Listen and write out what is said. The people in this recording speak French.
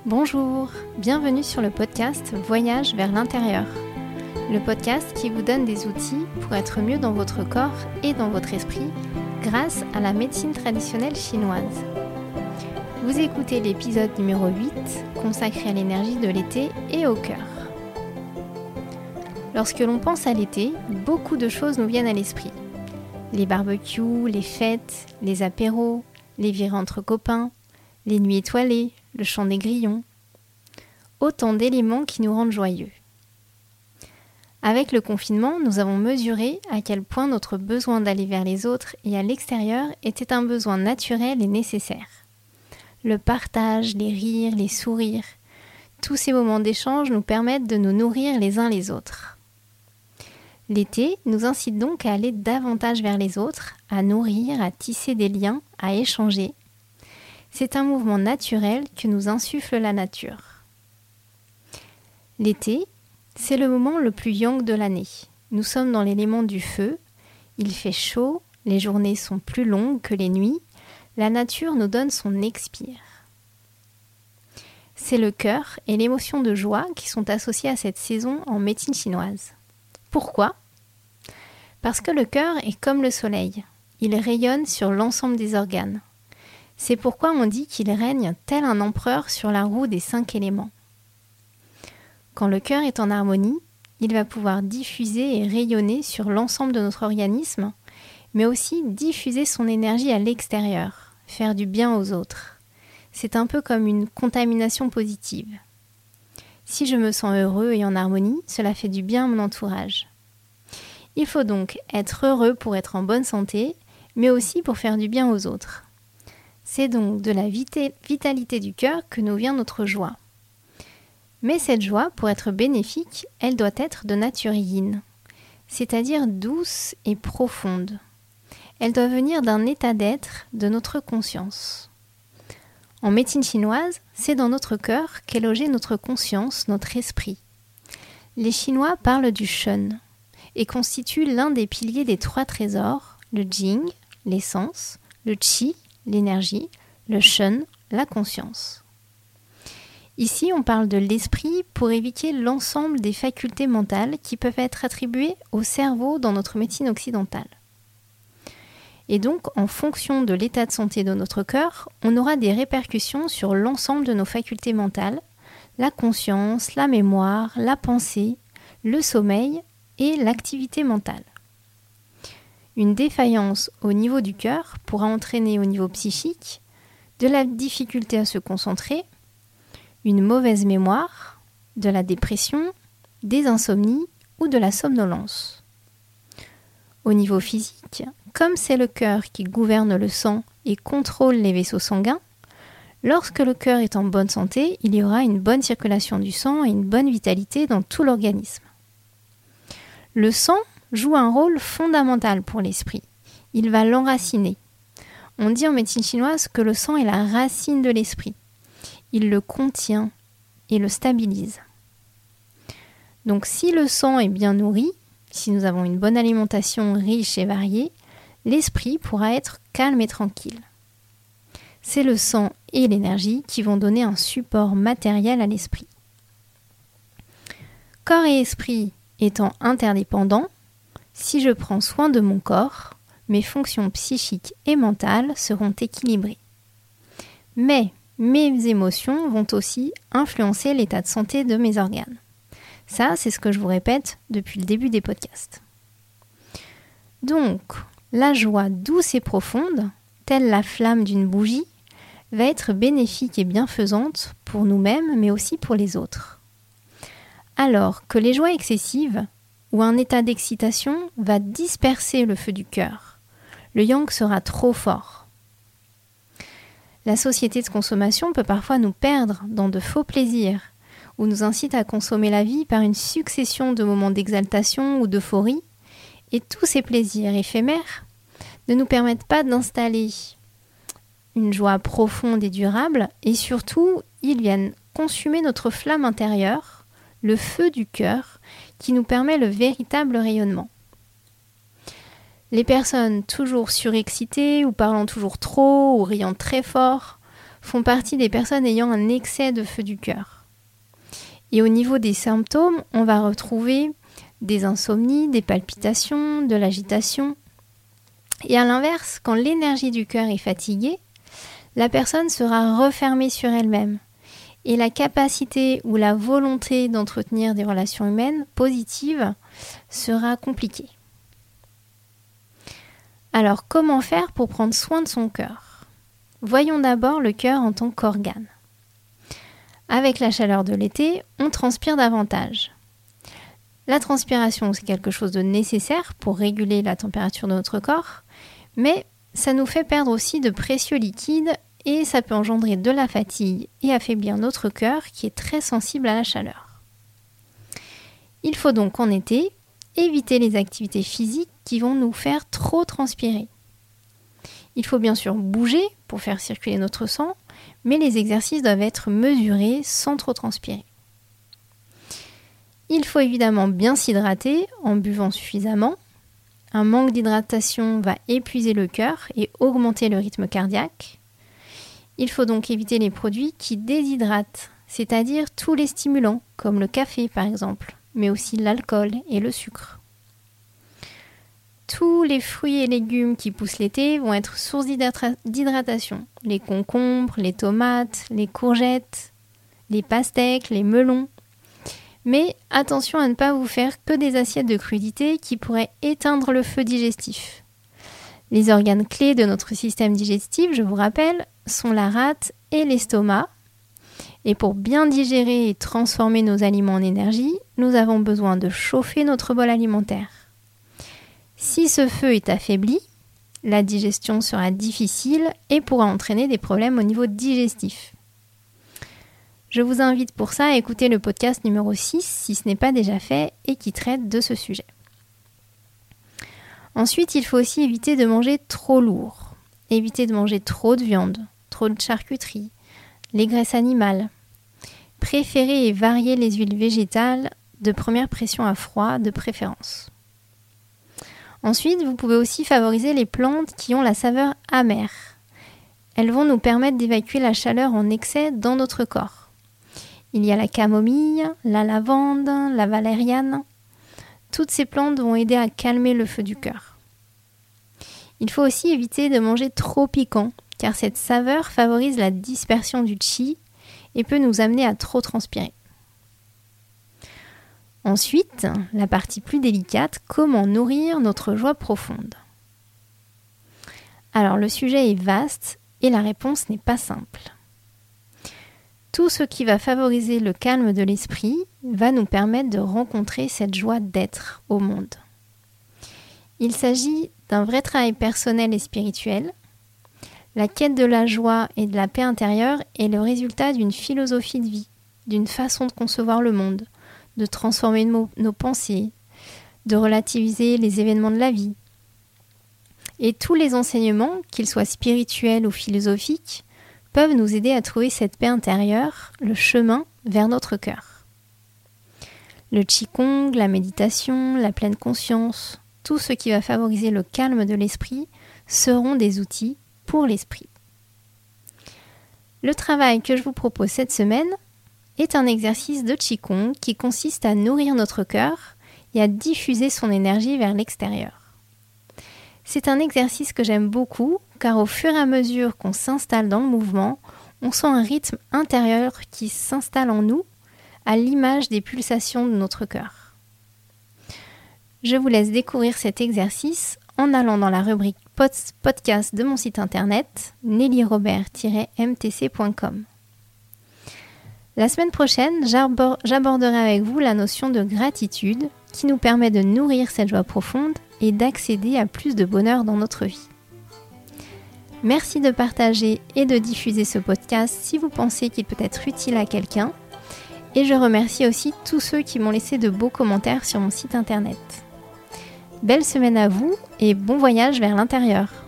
Bonjour, bienvenue sur le podcast Voyage vers l'intérieur. Le podcast qui vous donne des outils pour être mieux dans votre corps et dans votre esprit grâce à la médecine traditionnelle chinoise. Vous écoutez l'épisode numéro 8 consacré à l'énergie de l'été et au cœur. Lorsque l'on pense à l'été, beaucoup de choses nous viennent à l'esprit. Les barbecues, les fêtes, les apéros, les virées entre copains, les nuits étoilées, le chant des grillons. Autant d'éléments qui nous rendent joyeux. Avec le confinement, nous avons mesuré à quel point notre besoin d'aller vers les autres et à l'extérieur était un besoin naturel et nécessaire. Le partage, les rires, les sourires, tous ces moments d'échange nous permettent de nous nourrir les uns les autres. L'été nous incite donc à aller davantage vers les autres, à nourrir, à tisser des liens, à échanger. C'est un mouvement naturel que nous insuffle la nature. L'été, c'est le moment le plus yang de l'année. Nous sommes dans l'élément du feu, il fait chaud, les journées sont plus longues que les nuits, la nature nous donne son expire. C'est le cœur et l'émotion de joie qui sont associés à cette saison en médecine chinoise. Pourquoi ? Parce que le cœur est comme le soleil, il rayonne sur l'ensemble des organes. C'est pourquoi on dit qu'il règne tel un empereur sur la roue des 5 éléments. Quand le cœur est en harmonie, il va pouvoir diffuser et rayonner sur l'ensemble de notre organisme, mais aussi diffuser son énergie à l'extérieur, faire du bien aux autres. C'est un peu comme une contamination positive. Si je me sens heureux et en harmonie, cela fait du bien à mon entourage. Il faut donc être heureux pour être en bonne santé, mais aussi pour faire du bien aux autres. C'est donc de la vitalité du cœur que nous vient notre joie. Mais cette joie, pour être bénéfique, elle doit être de nature yin, c'est-à-dire douce et profonde. Elle doit venir d'un état d'être de notre conscience. En médecine chinoise, c'est dans notre cœur qu'est logée notre conscience, notre esprit. Les Chinois parlent du Shen et constituent l'un des piliers des 3 trésors, le Jing, l'essence, le Qi, l'énergie, le Shen, la conscience. Ici, on parle de l'esprit pour évoquer l'ensemble des facultés mentales qui peuvent être attribuées au cerveau dans notre médecine occidentale. Et donc, en fonction de l'état de santé de notre cœur, on aura des répercussions sur l'ensemble de nos facultés mentales, la conscience, la mémoire, la pensée, le sommeil et l'activité mentale. Une défaillance au niveau du cœur pourra entraîner au niveau psychique de la difficulté à se concentrer, une mauvaise mémoire, de la dépression, des insomnies ou de la somnolence. Au niveau physique, comme c'est le cœur qui gouverne le sang et contrôle les vaisseaux sanguins, lorsque le cœur est en bonne santé, il y aura une bonne circulation du sang et une bonne vitalité dans tout l'organisme. Le sang joue un rôle fondamental pour l'esprit. Il va l'enraciner. On dit en médecine chinoise que le sang est la racine de l'esprit. Il le contient et le stabilise. Donc si le sang est bien nourri, si nous avons une bonne alimentation riche et variée, l'esprit pourra être calme et tranquille. C'est le sang et l'énergie qui vont donner un support matériel à l'esprit. Corps et esprit étant interdépendants, si je prends soin de mon corps, mes fonctions psychiques et mentales seront équilibrées. Mais mes émotions vont aussi influencer l'état de santé de mes organes. Ça, c'est ce que je vous répète depuis le début des podcasts. Donc, la joie douce et profonde, telle la flamme d'une bougie, va être bénéfique et bienfaisante pour nous-mêmes, mais aussi pour les autres. Alors que les joies excessives ou un état d'excitation va disperser le feu du cœur. Le yang sera trop fort. La société de consommation peut parfois nous perdre dans de faux plaisirs ou nous incite à consommer la vie par une succession de moments d'exaltation ou d'euphorie, et tous ces plaisirs éphémères ne nous permettent pas d'installer une joie profonde et durable, et surtout, ils viennent consumer notre flamme intérieure, le feu du cœur, qui nous permet le véritable rayonnement. Les personnes toujours surexcitées ou parlant toujours trop ou riant très fort font partie des personnes ayant un excès de feu du cœur. Et au niveau des symptômes, on va retrouver des insomnies, des palpitations, de l'agitation. Et à l'inverse, quand l'énergie du cœur est fatiguée, la personne sera refermée sur elle-même. Et la capacité ou la volonté d'entretenir des relations humaines positives sera compliquée. Alors, comment faire pour prendre soin de son cœur ? Voyons d'abord le cœur en tant qu'organe. Avec la chaleur de l'été, on transpire davantage. La transpiration, c'est quelque chose de nécessaire pour réguler la température de notre corps, mais ça nous fait perdre aussi de précieux liquides et ça peut engendrer de la fatigue et affaiblir notre cœur qui est très sensible à la chaleur. Il faut donc en été éviter les activités physiques qui vont nous faire trop transpirer. Il faut bien sûr bouger pour faire circuler notre sang, mais les exercices doivent être mesurés sans trop transpirer. Il faut évidemment bien s'hydrater en buvant suffisamment. Un manque d'hydratation va épuiser le cœur et augmenter le rythme cardiaque. Il faut donc éviter les produits qui déshydratent, c'est-à-dire tous les stimulants, comme le café par exemple, mais aussi l'alcool et le sucre. Tous les fruits et légumes qui poussent l'été vont être source d'hydratation. Les concombres, les tomates, les courgettes, les pastèques, les melons. Mais attention à ne pas vous faire que des assiettes de crudités qui pourraient éteindre le feu digestif. Les organes clés de notre système digestif, je vous rappelle, sont la rate et l'estomac. Et pour bien digérer et transformer nos aliments en énergie, nous avons besoin de chauffer notre bol alimentaire. Si ce feu est affaibli, la digestion sera difficile et pourra entraîner des problèmes au niveau digestif. Je vous invite pour ça à écouter le podcast numéro 6 si ce n'est pas déjà fait et qui traite de ce sujet. Ensuite, il faut aussi éviter de manger trop lourd. Éviter de manger trop de viande, trop de charcuterie, les graisses animales. Préférez et variez les huiles végétales de première pression à froid de préférence. Ensuite, vous pouvez aussi favoriser les plantes qui ont la saveur amère. Elles vont nous permettre d'évacuer la chaleur en excès dans notre corps. Il y a la camomille, la lavande, la valériane. Toutes ces plantes vont aider à calmer le feu du cœur. Il faut aussi éviter de manger trop piquant, car cette saveur favorise la dispersion du chi et peut nous amener à trop transpirer. Ensuite, la partie plus délicate, comment nourrir notre joie profonde. Alors le sujet est vaste et la réponse n'est pas simple. Tout ce qui va favoriser le calme de l'esprit va nous permettre de rencontrer cette joie d'être au monde. Il s'agit d'un vrai travail personnel et spirituel. La quête de la joie et de la paix intérieure est le résultat d'une philosophie de vie, d'une façon de concevoir le monde, de transformer nos pensées, de relativiser les événements de la vie. Et tous les enseignements, qu'ils soient spirituels ou philosophiques, peuvent nous aider à trouver cette paix intérieure, le chemin vers notre cœur. Le Qigong, la méditation, la pleine conscience, tout ce qui va favoriser le calme de l'esprit seront des outils pour l'esprit. Le travail que je vous propose cette semaine est un exercice de Qigong qui consiste à nourrir notre cœur et à diffuser son énergie vers l'extérieur. C'est un exercice que j'aime beaucoup car au fur et à mesure qu'on s'installe dans le mouvement, on sent un rythme intérieur qui s'installe en nous à l'image des pulsations de notre cœur. Je vous laisse découvrir cet exercice en allant dans la rubrique podcast de mon site internet nellyrobert-mtc.com. La semaine prochaine, j'aborderai avec vous la notion de gratitude qui nous permet de nourrir cette joie profonde et d'accéder à plus de bonheur dans notre vie. Merci de partager et de diffuser ce podcast si vous pensez qu'il peut être utile à quelqu'un. Et je remercie aussi tous ceux qui m'ont laissé de beaux commentaires sur mon site internet. Belle semaine à vous et bon voyage vers l'intérieur.